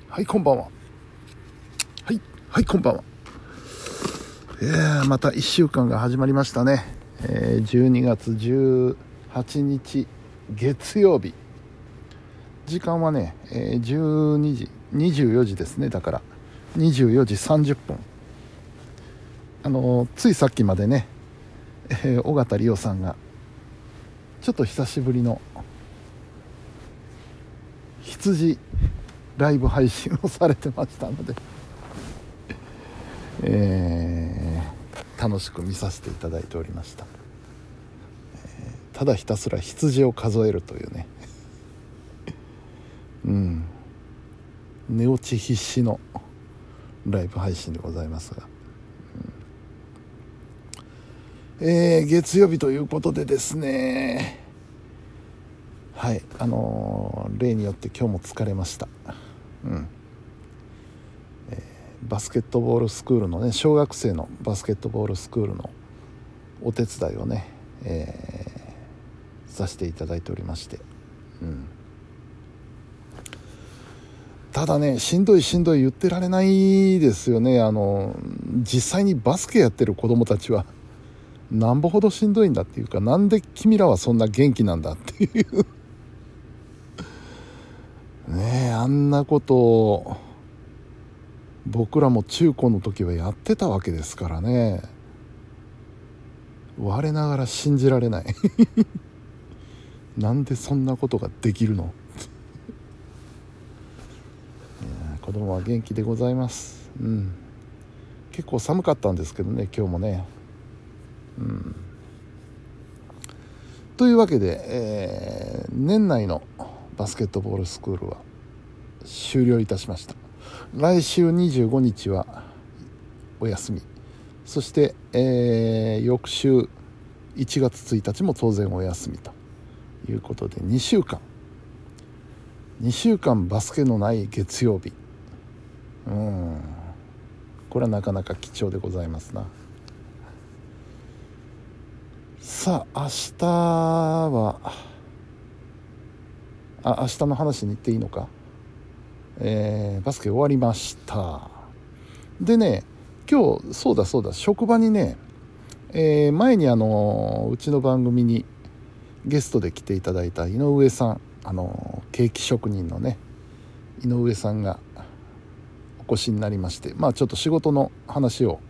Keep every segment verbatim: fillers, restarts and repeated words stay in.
はいこんばんは。はいはいこんばんは。いやまたいっしゅうかんが始まりましたね。えー、じゅうにがつじゅうはちにち月曜日、時間はね、えー、じゅうにじにじゅうよじですね。だからにじゅうよじさんじゅっぷん。あのー、ついさっきまでね、えー、尾形里央さんがちょっと久しぶりの羊ライブ配信をされてましたので、えー、楽しく見させていただいておりました。えー、ただひたすら羊を数えるというねうん寝落ち必至のライブ配信でございますが、うんえー、月曜日ということでですね、はいあのー、例によって今日も疲れました。うんバスケットボールスクールのね、小学生のバスケットボールスクールのお手伝いをね、えー、させていただいておりまして、うん、ただね、しんどいしんどい言ってられないですよね。あの実際にバスケやってる子供たちはなんぼほどしんどいんだっていうか、なんで君らはそんな元気なんだっていうねえ、あんなことを僕らも中高の時はやってたわけですからね。我ながら信じられないなんでそんなことができるのいや子供は元気でございます、うん、結構寒かったんですけどね、今日もね、うん、というわけで、えー、年内のバスケットボールスクールは終了いたしました。来週にじゅうごにちはお休み、そして、えー、翌週いちがつついたちも当然お休みということで、にしゅうかんにしゅうかんバスケのない月曜日、うんこれはなかなか貴重でございますな。さあ明日はあ明日の話に行っていいのか、えー、バスケ終わりました。でね、今日そうだそうだ職場にね、えー、前にあのうちの番組にゲストで来ていただいた井上さん、あのケーキ職人のね井上さんがお越しになりまして、まあちょっと仕事の話を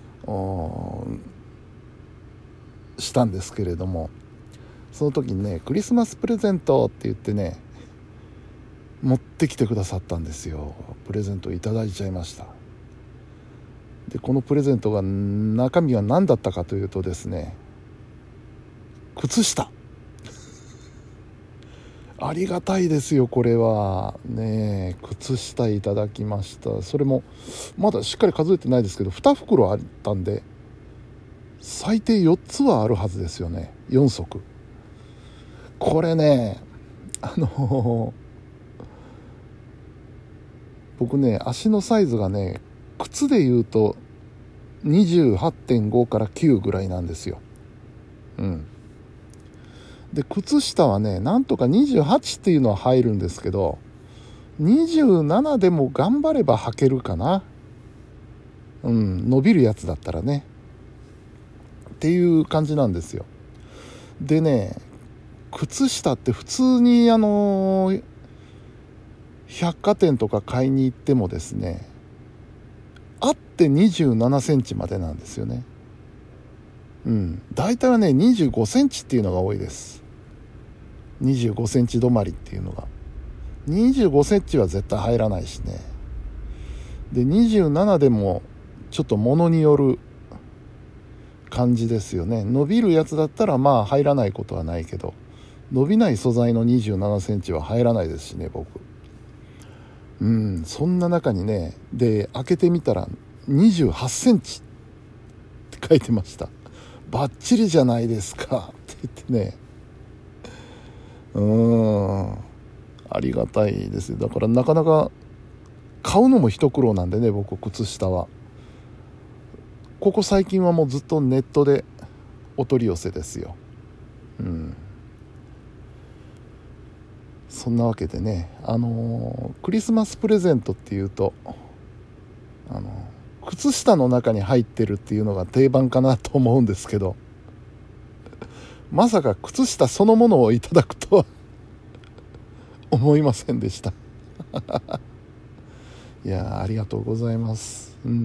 したんですけれども、その時にねクリスマスプレゼントって言ってね持ってきてくださったんですよ。プレゼントいただいちゃいました。でこのプレゼントが中身は何だったかというとですね、靴下ありがたいですよこれはね。靴下いただきました。それもまだしっかり数えてないですけどにふくろあったんで最低よっつはあるはずですよね。よんそく。これねあの僕ね足のサイズがね靴でいうと にじゅうはちてんご からきゅうぐらいなんですよ。うんで靴下はねなんとかにじゅうはちっていうのは入るんですけど、にじゅうななでも頑張れば履けるかな。うん伸びるやつだったらねっていう感じなんですよ。でね靴下って普通にあのー、百貨店とか買いに行ってもですねあってにじゅうななセンチまでなんですよね。うん大体はねにじゅうごセンチっていうのが多いです。にじゅうごセンチ止まりっていうのが、にじゅうごセンチは絶対入らないしね。でにじゅうななでもちょっと物による感じですよね。伸びるやつだったらまあ入らないことはないけど、伸びない素材のにじゅうななセンチは入らないですしね僕。うんそんな中にねで開けてみたらにじゅうはちセンチって書いてました。バッチリじゃないですかって言ってね、うーんありがたいですよ。だからなかなか買うのも一苦労なんでね僕靴下は。ここ最近はもうずっとネットでお取り寄せですよ。うんそんなわけでね、あのークリスマスプレゼントっていうと、あのー靴下の中に入ってるっていうのが定番かなと思うんですけど、まさか靴下そのものをいただくとは思いませんでしたいやありがとうございます。うん、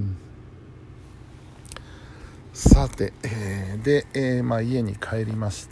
さて、えー、で、えーまあ、家に帰りまして、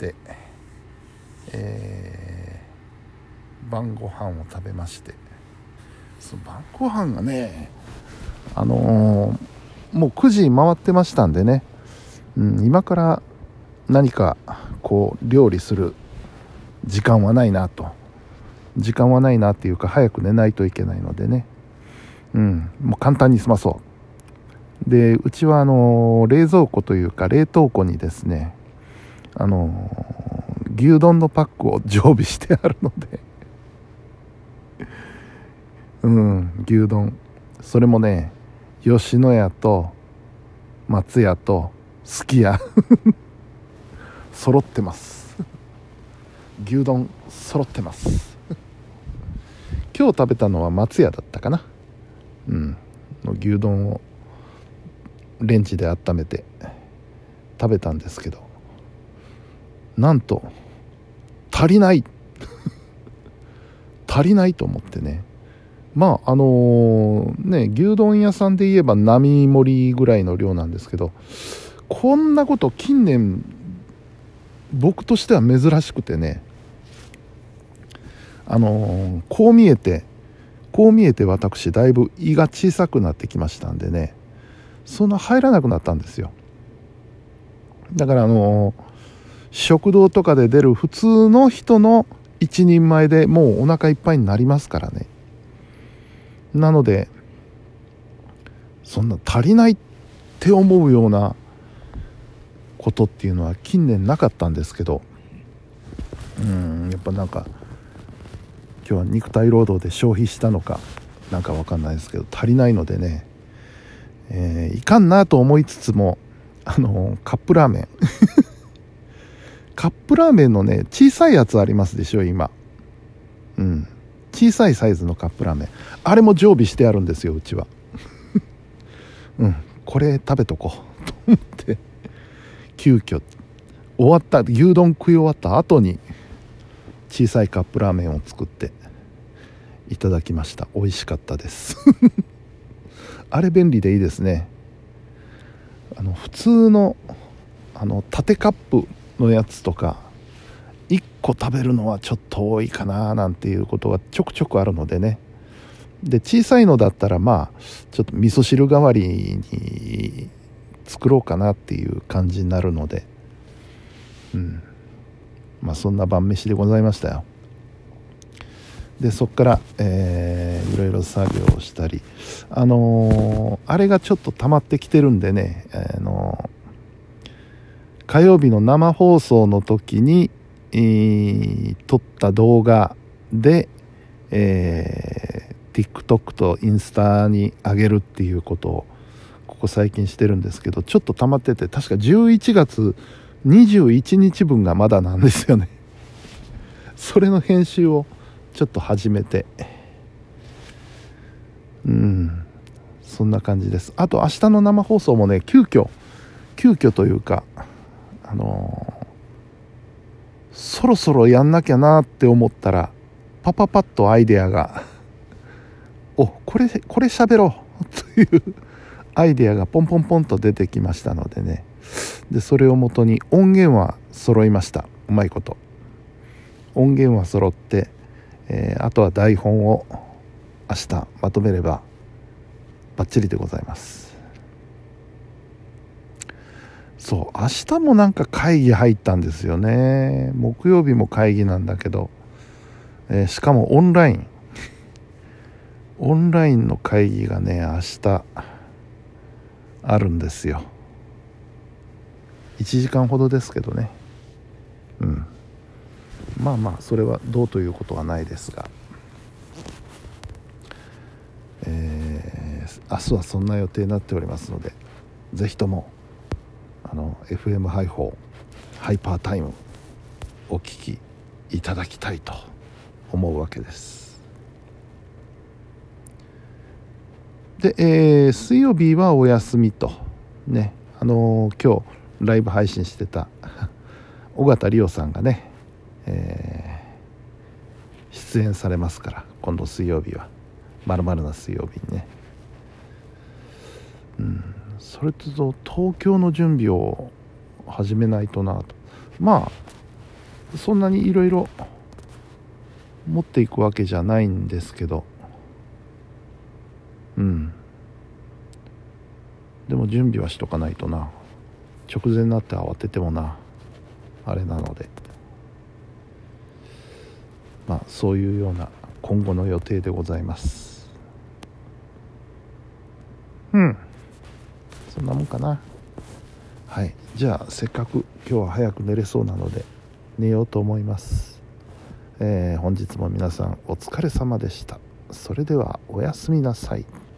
えー、晩ご飯を食べまして、その晩ご飯がね、あのー、もうくじ回ってましたんでね、うん、今から何かこう料理する時間はないなと時間はないなっていうか、早く寝ないといけないのでね、うん、もう簡単に済まそうで、うちはあの冷蔵庫というか冷凍庫にですね、あの牛丼のパックを常備してあるのでうん牛丼、それもね吉野家と松屋とすき家揃ってます牛丼揃ってます今日食べたのは松屋だったかな、うんの牛丼をレンジで温めて食べたんですけど、なんと足りない足りないと思ってね、まああのー、ね牛丼屋さんで言えば並盛りぐらいの量なんですけど、こんなこと近年僕としては珍しくてね、あのー、こう見えてこう見えて私だいぶ胃が小さくなってきましたんでね、そんな入らなくなったんですよ。だからあのー、食堂とかで出る普通の人の一人前でもうお腹いっぱいになりますからね。なのでそんな足りないって思うようなことっていうのは近年なかったんですけど、うーんやっぱなんか今日は肉体労働で消費したのかなんかわかんないですけど、足りないのでね、えー、いかんなと思いつつも、あのー、カップラーメンカップラーメンのね小さいやつありますでしょ今、うん、小さいサイズのカップラーメン、あれも常備してあるんですようちはうんこれ食べとこうと思って急遽終わった牛丼食い終わった後に小さいカップラーメンを作っていただきました。美味しかったですあれ便利でいいですね。あの普通のあの縦カップのやつとかいっこ食べるのはちょっと多いかななんていうことがちょくちょくあるのでね、で小さいのだったらまあちょっと味噌汁代わりに作ろうかなっていう感じになるので、うんまあそんな晩飯でございましたよ。でそっから、えー、いろいろ作業をしたり、あのー、あれがちょっと溜まってきてるんでね、あのー、火曜日の生放送の時に、えー、撮った動画で、えー、TikTok とインスタに上げるっていうことをここ最近してるんですけど、ちょっと溜まってて、確かじゅういちがつにじゅういちにちぶんがまだなんですよねそれの編集をちょっと始めて、うんそんな感じです。あと明日の生放送もね急遽急遽というか、あのー、そろそろやんなきゃなって思ったらパパパッとアイデアがおこれこれ喋ろうというアイデアがポンポンポンと出てきましたのでね、でそれをもとに音源は揃いました。うまいこと音源は揃って、えー、あとは台本を明日まとめればバッチリでございます。そう明日もなんか会議入ったんですよね。木曜日も会議なんだけど、えー、しかもオンラインオンラインの会議がね明日あるんですよ。いちじかんほどですけどね、うんまあまあそれはどうということはないですが、えー、明日はそんな予定になっておりますので、ぜひともあの エフエム ハイフォーハイパータイムお聞きいただきたいと思うわけです。で、えー、水曜日はお休みとね、あのー、今日ライブ配信してた尾形里央さんがね、えー、出演されますから、今度水曜日はまるまるな水曜日にね、うん、それと東京の準備を始めないとなと。まあそんなにいろいろ持っていくわけじゃないんですけど、うんでも準備はしとかないとな。直前になって慌ててもなあれなので、まあそういうような今後の予定でございます。うんそんなもんかな。はい、じゃあせっかく今日は早く寝れそうなので寝ようと思います。えー、本日も皆さんお疲れ様でした。それではおやすみなさい。